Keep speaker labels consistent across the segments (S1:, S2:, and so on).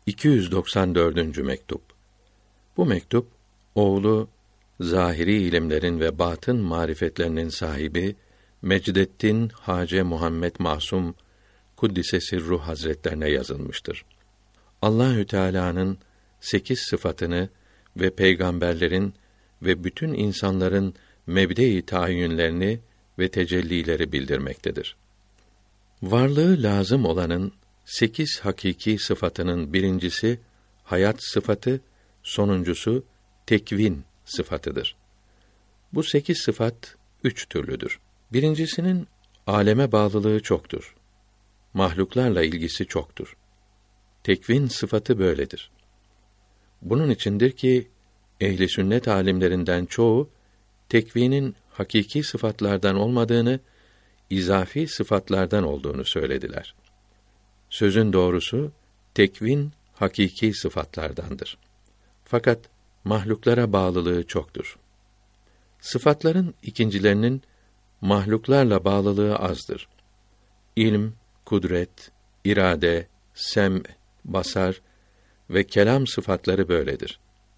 S1: 294. mektup. Bu mektup, oğlu, zahiri ilimlerin ve batın marifetlerinin sahibi, Mecdeddin Hace Muhammed Masum Kuddise Sirruh Hazretlerine yazılmıştır. Allahü Teala'nın 8 sıfatını ve peygamberlerin ve bütün insanların mebde-i tahayyünlerini ve tecellileri bildirmektedir. Varlığı lazım olanın 8 hakiki sıfatının birincisi hayat sıfatı, sonuncusu tekvin sıfatıdır. Bu 8 sıfat 3 türlüdür. Birincisinin aleme bağlılığı çoktur. Mahluklarla ilgisi çoktur. Tekvin sıfatı böyledir. Bunun içindir ki ehli sünnet alimlerinden çoğu tekvinin hakiki sıfatlardan olmadığını, izafi sıfatlardan olduğunu söylediler. Sözün doğrusu tekvin hakiki sıfatlardandır. Fakat mahluklara bağlılığı çoktur. Sıfatların ikincilerinin mahluklarla bağlılığı azdır. İlm, kudret, irade, sem, basar ve kelam sıfatları böyledir.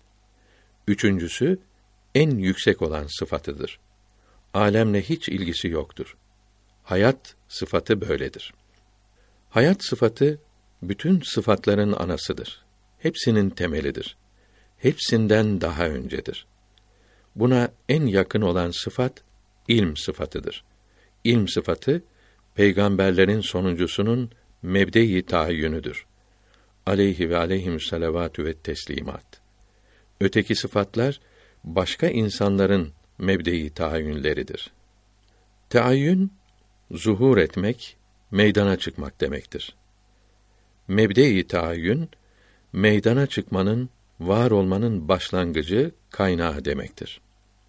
S1: Üçüncüsü en yüksek olan sıfatıdır. Alemle hiç ilgisi yoktur. Hayat sıfatı böyledir. Hayat sıfatı bütün sıfatların anasıdır. Hepsinin temelidir. Hepsinden daha öncedir. Buna en yakın olan sıfat ilm sıfatıdır. İlm sıfatı peygamberlerin sonuncusunun mebde-i tahayyünüdür. Aleyhi ve aleyhimüsselavatü ve teslimat. Öteki sıfatlar başka insanların mebde-i tahayyünleridir. Teayyün zuhur etmek, meydana çıkmak demektir. Mebde-i tahayyün meydana çıkmanın, var olmanın başlangıcı, kaynağı demektir.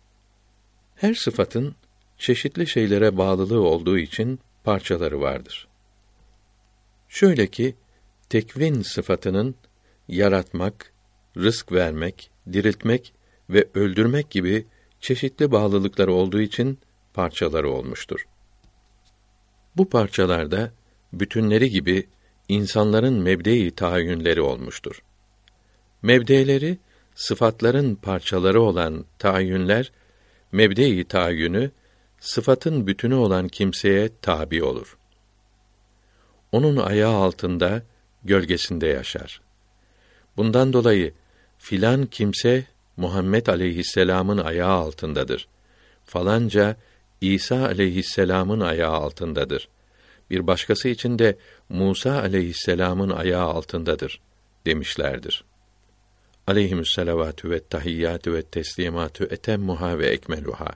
S1: Her sıfatın çeşitli şeylere bağlılığı olduğu için parçaları vardır. Şöyle ki tekvin sıfatının yaratmak, rızk vermek, diriltmek ve öldürmek gibi çeşitli bağlılıkları olduğu için parçaları olmuştur. Bu parçalarda bütünleri gibi insanların mebde-i tahayyünleri olmuştur. Mebdeleri sıfatların parçaları olan tahayyünler, mebde-i tahayyünü sıfatın bütünü olan kimseye tabi olur. Onun ayağı altında, gölgesinde yaşar. Bundan dolayı filan kimse Muhammed aleyhisselam'ın ayağı altındadır. Falanca İsa aleyhisselam'ın ayağı altındadır. Bir başkası için de Musa aleyhisselam'ın ayağı altındadır demişlerdir. Aleyhimüsselavatü ve tahiyyatü ve teslimatü etemmuha ve ekmeluha.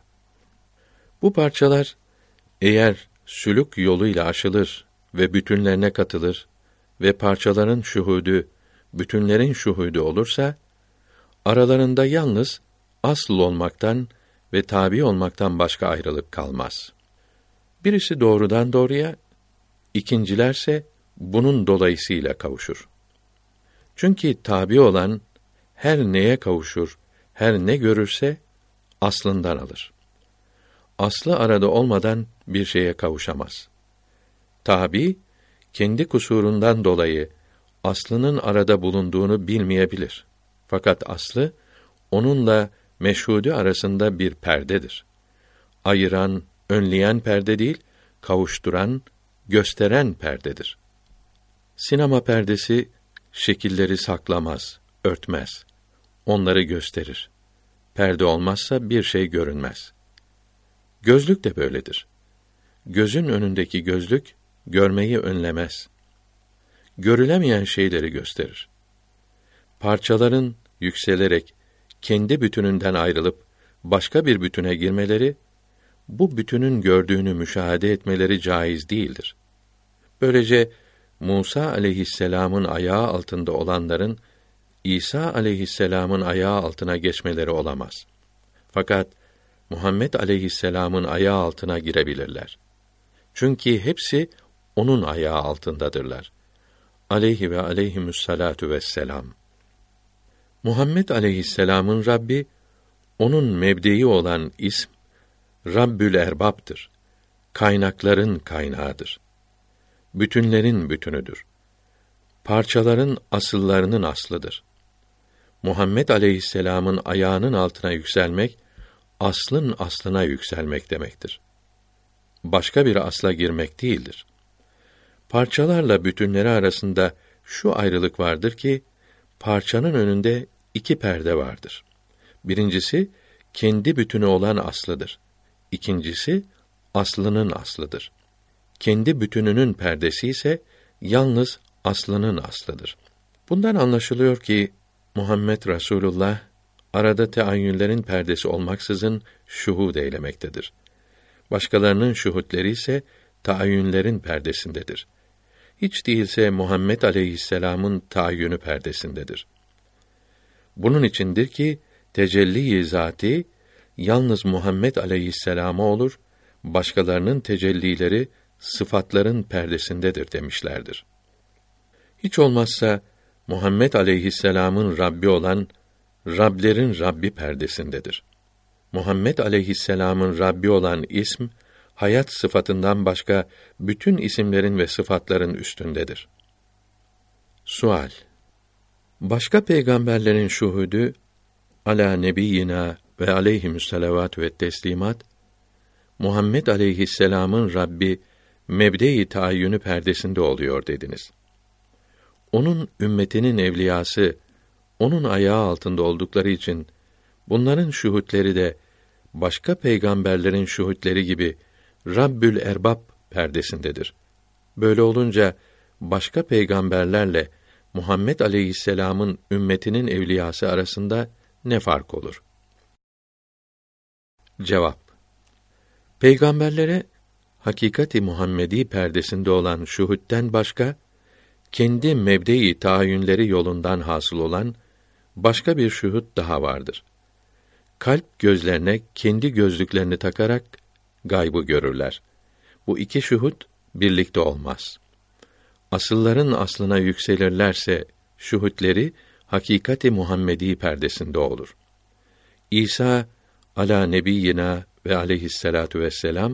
S1: Bu parçalar eğer sülük yoluyla aşılır ve bütünlerine katılır ve parçaların şuhudu bütünlerin şuhudu olursa, aralarında yalnız asıl olmaktan ve tabi olmaktan başka ayrılık kalmaz. Birisi doğrudan doğruya, ikincilerse bunun dolayısıyla kavuşur. Çünkü tabi olan her neye kavuşur, her ne görürse aslından alır. Aslı arada olmadan bir şeye kavuşamaz. Tabi kendi kusurundan dolayı aslının arada bulunduğunu bilmeyebilir. Fakat aslı onunla meşhudü arasında bir perdedir. Ayıran, önleyen perde değil, kavuşturan, gösteren perdedir. Sinema perdesi şekilleri saklamaz, örtmez. Onları gösterir. Perde olmazsa bir şey görünmez. Gözlük de böyledir. Gözün önündeki gözlük görmeyi önlemez. Görülemeyen şeyleri gösterir. Parçaların yükselerek kendi bütününden ayrılıp başka bir bütüne girmeleri, bu bütünün gördüğünü müşahede etmeleri caiz değildir. Böylece Musa aleyhisselam'ın ayağı altında olanların İsa aleyhisselam'ın ayağı altına geçmeleri olamaz. Fakat Muhammed aleyhisselam'ın ayağı altına girebilirler. Çünkü hepsi onun ayağı altındadırlar. Aleyhi ve aleyhimüssalatu vesselam. Muhammed aleyhisselam'ın Rabbi, onun mebdei olan ism, Rabbül Erbab'dır. Kaynakların kaynağıdır. Bütünlerin bütünüdür. parçaların asıllarının aslıdır. Muhammed aleyhisselam'ın ayağının altına yükselmek, aslın aslına yükselmek demektir. Başka bir asla girmek değildir. Parçalarla bütünleri arasında şu ayrılık vardır ki, parçanın önünde iki perde vardır. Birincisi, kendi bütünü olan aslıdır. İkincisi, aslının aslıdır. Kendi bütününün perdesi ise, yalnız aslının aslıdır. Bundan anlaşılıyor ki, Muhammed Rasulullah, arada teayyünlerin perdesi olmaksızın şuhud eylemektedir. Başkalarının şuhutleri ise, taayyünlerin perdesindedir. Hiç değilse Muhammed aleyhisselam'ın taayyünü perdesindedir. Bunun içindir ki, tecelli-i zâti, yalnız Muhammed aleyhisselama olur, başkalarının tecellileri, sıfatların perdesindedir demişlerdir. Hiç olmazsa, Muhammed aleyhisselam'ın Rabbi olan, Rablerin Rabbi perdesindedir. Muhammed aleyhisselam'ın Rabbi olan ism, hayat sıfatından başka bütün isimlerin ve sıfatların üstündedir. Sual: Başka peygamberlerin şuhudu ala nebiyyina ve aleyhimüsselavatü ve teslimat, Muhammed aleyhisselam'ın Rabbi mebde-i taayyünü perdesinde oluyor dediniz. Onun ümmetinin evliyası onun ayağı altında oldukları için bunların şuhutleri de başka peygamberlerin şuhutleri gibi Rabbül Erbab perdesindedir. Böyle olunca başka peygamberlerle Muhammed aleyhisselam'ın ümmetinin evliyası arasında ne fark olur? Cevap: Peygamberlere hakikati Muhammedi perdesinde olan şuhudden başka, kendi mebde-i taayyünleri yolundan hasıl olan başka bir şuhud daha vardır. Kalp gözlerine kendi gözlüklerini takarak gaybı görürler. Bu iki şuhud birlikte olmaz. Asılların aslına yükselirlerse şuhudleri hakikati Muhammedi perdesinde olur. İsa ala nebiyyina ve aleyhisselatu vesselam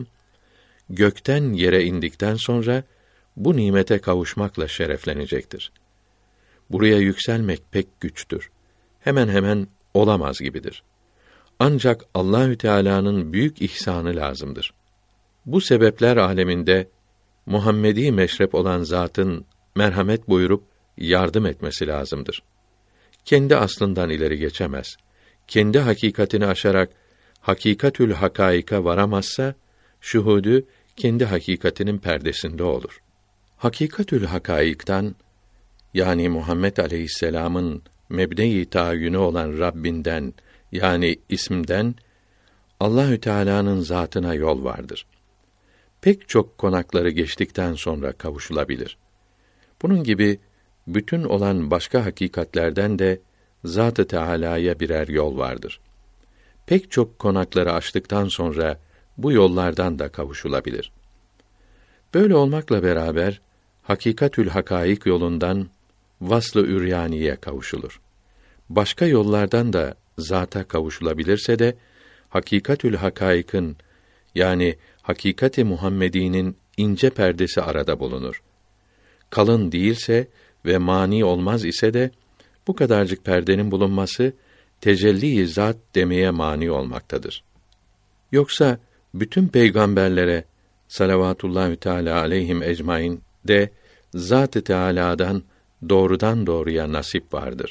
S1: gökten yere indikten sonra bu nimete kavuşmakla şereflenecektir. Buraya yükselmek pek güçtür. Hemen hemen olamaz gibidir. Ancak Allahü Teala'nın büyük ihsanı lazımdır. Bu sebepler aleminde Muhammedi meşrep olan zatın merhamet buyurup yardım etmesi lazımdır. Kendi aslından ileri geçemez. Kendi hakikatini aşarak hakikatül hakaika varamazsa şuhudu kendi hakikatinin perdesinde olur. Hakikatül hakaiktan, yani Muhammed aleyhisselam'ın mebde-i taayyünü olan Rabbinden, yani ismden Allahü Teala'nın zatına yol vardır. Pek çok konakları geçtikten sonra kavuşulabilir. Bunun gibi bütün olan başka hakikatlerden de Zat-ı Teala'ya birer yol vardır. Pek çok konakları aştıktan sonra bu yollardan da kavuşulabilir. Böyle olmakla beraber hakikatül hakaik yolundan vasl-ı üryaniye kavuşulur. Başka yollardan da zata kavuşulabilirse de hakikatül hakaikın, yani hakikati Muhammedi'nin ince perdesi arada bulunur. Kalın değilse ve mani olmaz ise de bu kadarcık perdenin bulunması tecelli-i zat demeye mani olmaktadır. Yoksa bütün peygamberlere salavatullahü teâlâ aleyhim ecmaîn de Zat-ı Teâlâ'dan doğrudan doğruya nasip vardır.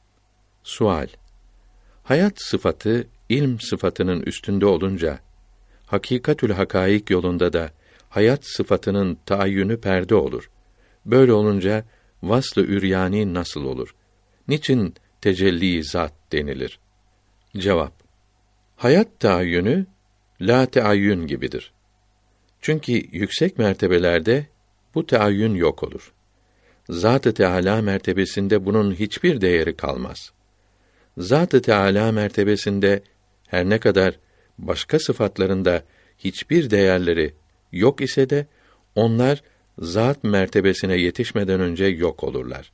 S1: Sual: Hayat sıfatı ilm sıfatının üstünde olunca hakikatül hakaik yolunda da hayat sıfatının taayyünü perde olur. Böyle olunca vasl-ı üryani nasıl olur? Niçin tecelli-i zat denilir? Cevap: Hayat taayyünü la teayyün gibidir. Çünkü yüksek mertebelerde bu teayyün yok olur. Zat-ı Teâlâ mertebesinde bunun hiçbir değeri kalmaz. Zat-ı Teâlâ mertebesinde her ne kadar başka sıfatlarında hiçbir değerleri yok ise de onlar zat mertebesine yetişmeden önce yok olurlar.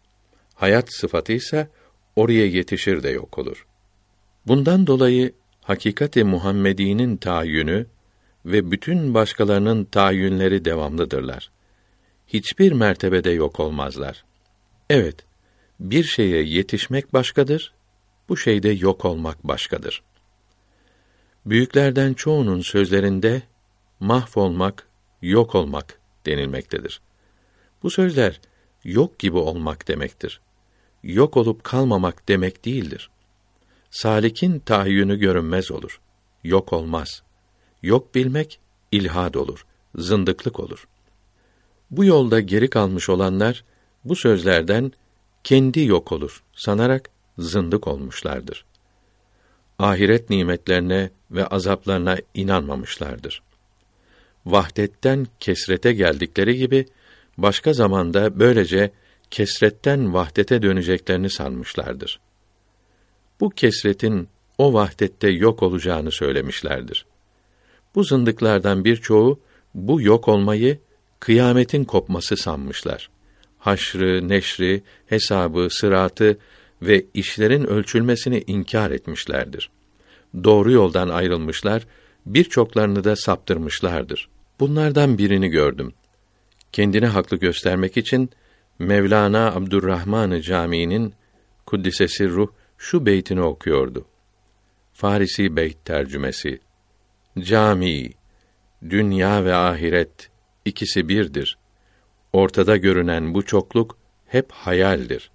S1: Hayat sıfatı ise oraya yetişir de yok olur. Bundan dolayı hakikati Muhammedi'nin taayyünü ve bütün başkalarının taayyünleri devamlıdırlar. Hiçbir mertebede yok olmazlar. Evet, bir şeye yetişmek başkadır, bu şeyde yok olmak başkadır. Büyüklerden çoğunun sözlerinde mahvolmak, yok olmak denilmektedir. Bu sözler yok gibi olmak demektir. Yok olup kalmamak demek değildir. Salikin tahayyünü görünmez olur. Yok olmaz. Yok bilmek ilhad olur, zındıklık olur. Bu yolda geri kalmış olanlar bu sözlerden kendi yok olur sanarak zındık olmuşlardır. Ahiret nimetlerine ve azaplarına inanmamışlardır. Vahdetten kesrete geldikleri gibi başka zamanda böylece kesretten vahdete döneceklerini sanmışlardır. Bu kesretin o vahdette yok olacağını söylemişlerdir. Bu zındıklardan birçoğu bu yok olmayı kıyametin kopması sanmışlar. Haşrı, neşri, hesabı, sıratı ve işlerin ölçülmesini inkar etmişlerdir. Doğru yoldan ayrılmışlar, birçoklarını da saptırmışlardır. Bunlardan birini gördüm. Kendini haklı göstermek için Mevlana Abdurrahman-ı Camii'nin Kuddise Ruh şu beytini okuyordu. Farisi beyt tercümesi. Cami, dünya ve ahiret ikisi birdir. Ortada görünen bu çokluk hep hayaldir.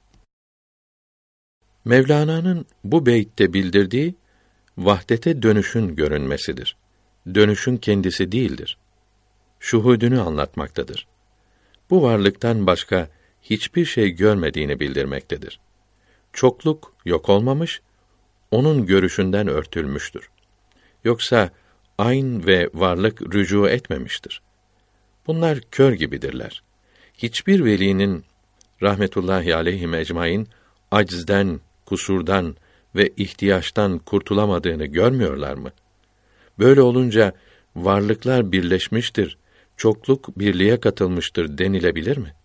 S1: Mevlana'nın bu beytte bildirdiği vahdete dönüşün görünmesidir. Dönüşün kendisi değildir. Şuhudunu anlatmaktadır. Bu varlıktan başka hiçbir şey görmediğini bildirmektedir. Çokluk yok olmamış, onun görüşünden örtülmüştür. Yoksa ayn ve varlık rücu etmemiştir. Bunlar kör gibidirler. Hiçbir velinin rahmetullahi aleyhi ecmaîn aczden, kusurdan ve ihtiyaçtan kurtulamadığını görmüyorlar mı? Böyle olunca varlıklar birleşmiştir, çokluk birliğe katılmıştır denilebilir mi?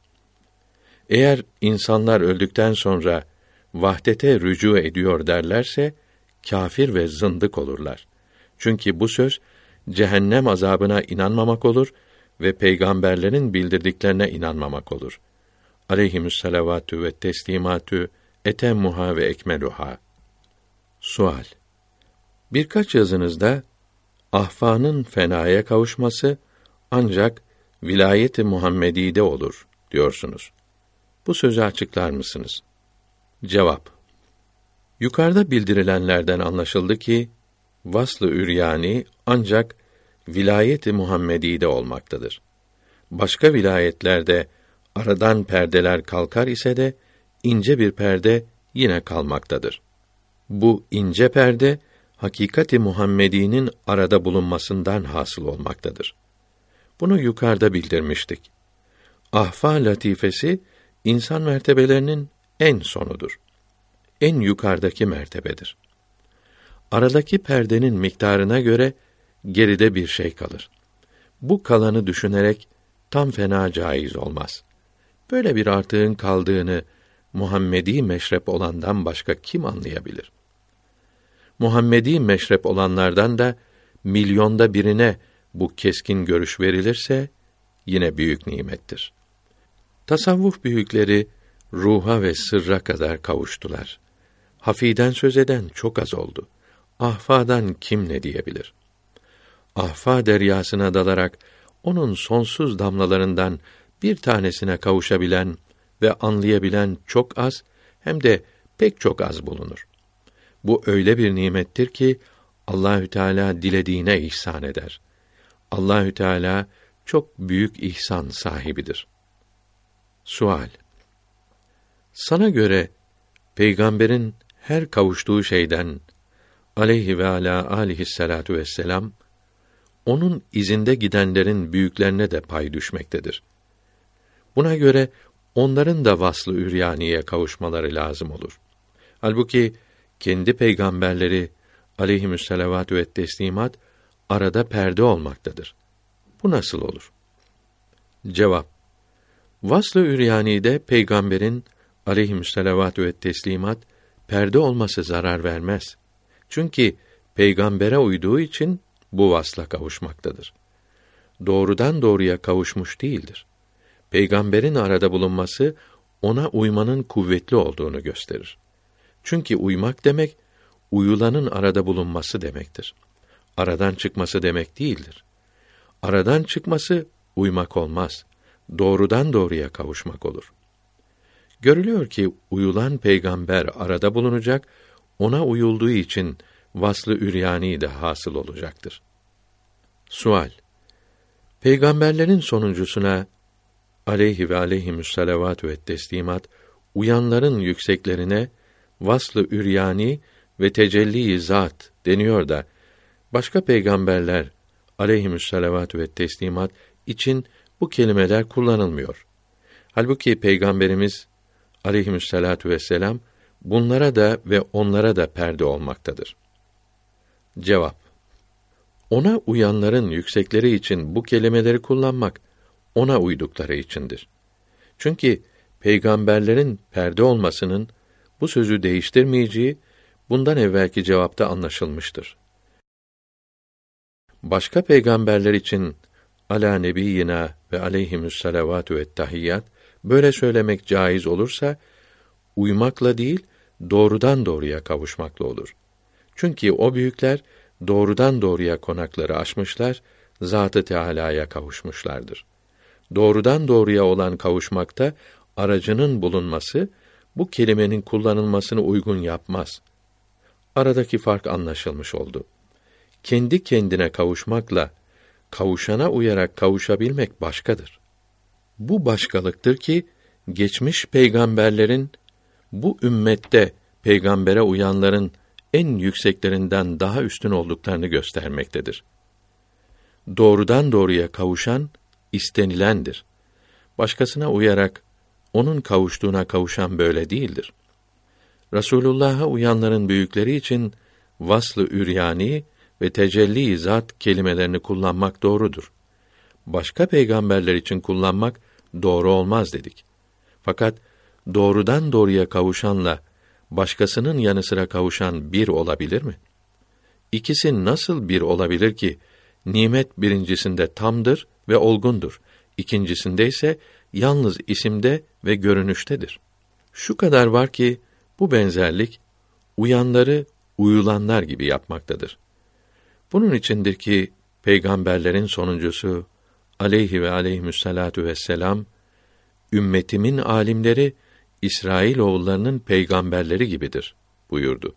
S1: Eğer insanlar öldükten sonra vahdete rücu ediyor derlerse kâfir ve zındık olurlar. Çünkü bu söz cehennem azabına inanmamak olur ve peygamberlerin bildirdiklerine inanmamak olur. Aleyhimüsselavatü ve teslimatü etemmuha ve ekmeluha. Sual: Birkaç yazınızda ahfanın fenaya kavuşması ancak vilayet-i Muhammedi'de olur diyorsunuz. Bu sözü açıklar mısınız? Cevap: Yukarıda bildirilenlerden anlaşıldı ki vasl-ı üryani ancak vilayet-i Muhammedi'de olmaktadır. Başka vilayetlerde aradan perdeler kalkar ise de ince bir perde yine kalmaktadır. Bu ince perde hakikat-i Muhammedi'nin arada bulunmasından hasıl olmaktadır. Bunu yukarıda bildirmiştik. Ahfa latifesi insan mertebelerinin en sonudur. En yukarıdaki mertebedir. Aradaki perdenin miktarına göre geride bir şey kalır. Bu kalanı düşünerek tam fena caiz olmaz. Böyle bir artığın kaldığını Muhammedi meşrep olandan başka kim anlayabilir? Muhammedi meşrep olanlardan da milyonda birine bu keskin görüş verilirse yine büyük nimettir. Tasavvuf büyükleri ruha ve sırra kadar kavuştular. Hafiden söz eden çok az oldu. Ahfadan kim ne diyebilir? Ahfa deryasına dalarak onun sonsuz damlalarından bir tanesine kavuşabilen ve anlayabilen çok az, hem de pek çok az bulunur. Bu öyle bir nimettir ki Allahü Teala dilediğine ihsan eder. Allahü Teala çok büyük ihsan sahibidir. Sual: Sana göre peygamberin her kavuştuğu şeyden aleyhi ve ala aleyhissalatu vesselam onun izinde gidenlerin büyüklerine de pay düşmektedir. Buna göre onların da vasl-ı üryaniye kavuşmaları lazım olur. Halbuki kendi peygamberleri aleyhimüsselavatü ve teslimat arada perde olmaktadır. Bu nasıl olur? Cevap: Vasl-ı üryanide peygamberin aleyhimüsselavatü ve teslimat perde olması zarar vermez. Çünkü peygambere uyduğu için bu vasla kavuşmaktadır. Doğrudan doğruya kavuşmuş değildir. Peygamberin arada bulunması ona uymanın kuvvetli olduğunu gösterir. Çünkü uymak demek, uyulanın arada bulunması demektir. Aradan çıkması demek değildir. Aradan çıkması uymak olmaz. Doğrudan doğruya kavuşmak olur. Görülüyor ki uyulan peygamber arada bulunacak, ona uyulduğu için vasl-ı üryani de hasıl olacaktır. Sual: Peygamberlerin sonuncusuna aleyhi ve aleyhimüsselavatü ve teslimat, uyanların yükseklerine vasl-ı üryani ve tecelli-i zat deniyor da, başka peygamberler aleyhimüsselavatü ve teslimat için bu kelimeler kullanılmıyor. Halbuki Peygamberimiz aleyhimüsselatu vesselam bunlara da ve onlara da perde olmaktadır. Cevap: Ona uyanların yüksekleri için bu kelimeleri kullanmak, ona uydukları içindir. Çünkü peygamberlerin perde olmasının bu sözü değiştirmeyeceği, bundan evvelki cevapta anlaşılmıştır. Başka peygamberler için ala nebiyyina ve aleyhimüsselavatü vettahiyyat böyle söylemek caiz olursa, uymakla değil, doğrudan doğruya kavuşmakla olur. Çünkü o büyükler doğrudan doğruya konakları aşmışlar, Zat-ı Teâlâ'ya kavuşmuşlardır. Doğrudan doğruya olan kavuşmakta aracının bulunması bu kelimenin kullanılmasını uygun yapmaz. Aradaki fark anlaşılmış oldu. Kendi kendine kavuşmakla kavuşana uyarak kavuşabilmek başkadır. Bu başkalıktır ki geçmiş peygamberlerin bu ümmette peygambere uyanların en yükseklerinden daha üstün olduklarını göstermektedir. Doğrudan doğruya kavuşan istenilendir. Başkasına uyarak onun kavuştuğuna kavuşan böyle değildir. Resulullah'a uyanların büyükleri için vasl-ı üryani ve tecelli-i zat kelimelerini kullanmak doğrudur. Başka peygamberler için kullanmak doğru olmaz dedik. Fakat doğrudan doğruya kavuşanla başkasının yanı sıra kavuşan bir olabilir mi? İkisi nasıl bir olabilir ki, nimet birincisinde tamdır ve olgundur, ikincisinde ise yalnız isimde ve görünüştedir. Şu kadar var ki, bu benzerlik, uyanları uyulanlar gibi yapmaktadır. Bunun içindir ki, peygamberlerin sonuncusu, aleyhi ve aleyhimüsselatu vesselam, ümmetimin alimleri, İsrailoğullarının peygamberleri gibidir buyurdu.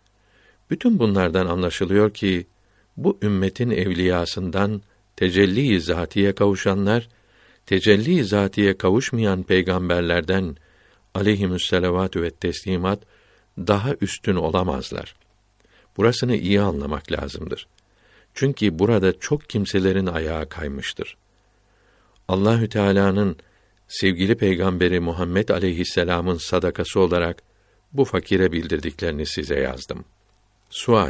S1: Bütün bunlardan anlaşılıyor ki, bu ümmetin evliyasından tecelli-i zatiye kavuşanlar, tecelli-i zatiye kavuşmayan peygamberlerden aleyhimüsselavatü ve teslimat daha üstün olamazlar. Burasını iyi anlamak lazımdır. Çünkü burada çok kimselerin ayağı kaymıştır. Allahü Teala'nın sevgili peygamberi Muhammed aleyhisselam'ın sadakası olarak bu fakire bildirdiklerini size yazdım. Sual: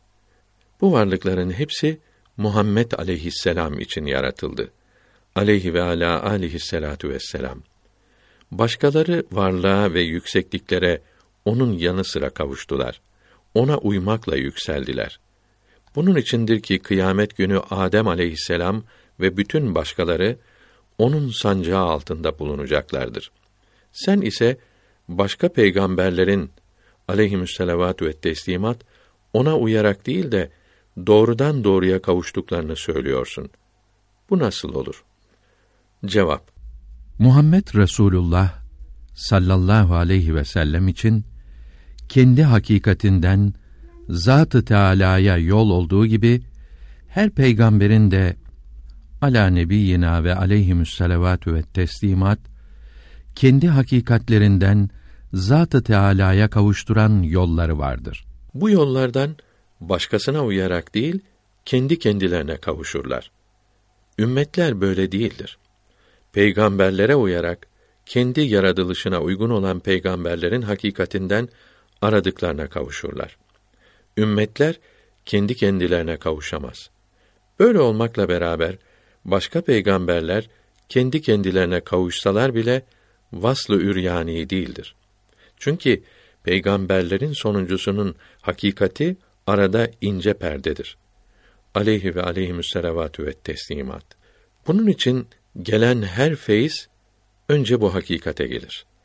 S1: Bu varlıkların hepsi Muhammed aleyhisselam için yaratıldı. Aleyhi ve ala aleyhisselatu vesselam. Başkaları varlığa ve yüksekliklere onun yanı sıra kavuştular. Ona uymakla yükseldiler. Bunun içindir ki kıyamet günü Adem aleyhisselam ve bütün başkaları onun sancağı altında bulunacaklardır. Sen ise başka peygamberlerin aleyhimüsselavatü ve teslimat ona uyarak değil de doğrudan doğruya kavuştuklarını söylüyorsun. Bu nasıl olur? Cevap:
S2: Muhammed Resulullah sallallahu aleyhi ve sellem için kendi hakikatinden Zat-ı Teâlâ'ya yol olduğu gibi her peygamberin de alâ nebiyyina ve aleyhimüsselavatü ve teslimat kendi hakikatlerinden Zat-ı Teâlâ'ya kavuşturan yolları vardır.
S1: Bu yollardan başkasına uyarak değil, kendi kendilerine kavuşurlar. Ümmetler böyle değildir. Peygamberlere uyarak, kendi yaratılışına uygun olan peygamberlerin hakikatinden aradıklarına kavuşurlar. Ümmetler, kendi kendilerine kavuşamaz. Böyle olmakla beraber, başka peygamberler, kendi kendilerine kavuşsalar bile, vasl-ı üryani değildir. Çünkü, peygamberlerin sonuncusunun hakikati, arada ince perdedir. Aleyhi ve aleyhimüsselavatü ve teslimat. Bunun için, gelen her feyiz, önce bu hakikate gelir.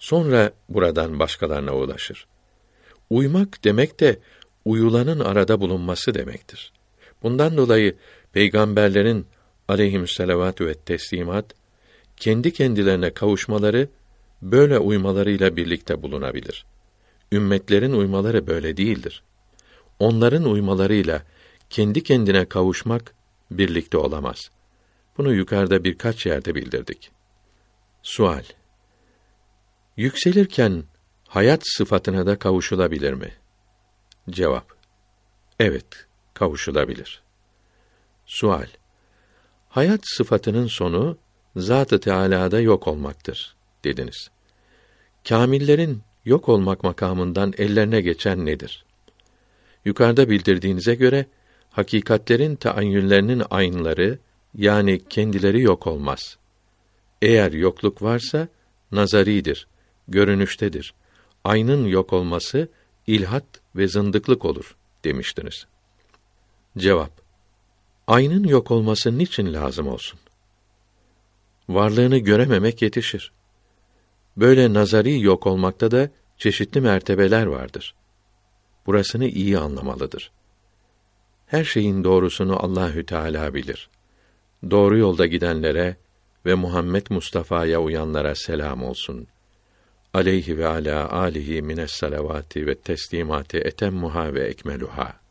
S1: Sonra buradan başkalarına ulaşır. Uymak demek de uyulanın arada bulunması demektir. Bundan dolayı peygamberlerin aleyhimüsselavatü ve teslimat kendi kendilerine kavuşmaları böyle uymalarıyla birlikte bulunabilir. Ümmetlerin uymaları böyle değildir. Onların uymalarıyla kendi kendine kavuşmak birlikte olamaz. Bunu yukarıda birkaç yerde bildirdik. Sual: Yükselirken hayat sıfatına da kavuşulabilir mi? Cevap: Evet, kavuşulabilir. Sual: Hayat sıfatının sonu Zat-ı Teâlâ'da yok olmaktır dediniz. Kâmillerin yok olmak makamından ellerine geçen nedir? Yukarıda bildirdiğinize göre hakikatlerin teayyünlerinin aynları, yani kendileri yok olmaz. Eğer yokluk varsa nazaridir, görünüştedir. Aynın yok olması ilhat ve zındıklık olur demiştiniz. Cevap: Aynın yok olması niçin lazım olsun? Varlığını görememek yetişir. Böyle nazari yok olmakta da çeşitli mertebeler vardır. Burasını iyi anlamalıdır. Her şeyin doğrusunu Allahü Teala bilir. Doğru yolda gidenlere ve Muhammed Mustafa'ya uyanlara selam olsun. Aleyhi ve ala alihi mines salavati ve teslimati etemmuha ve ekmeluha.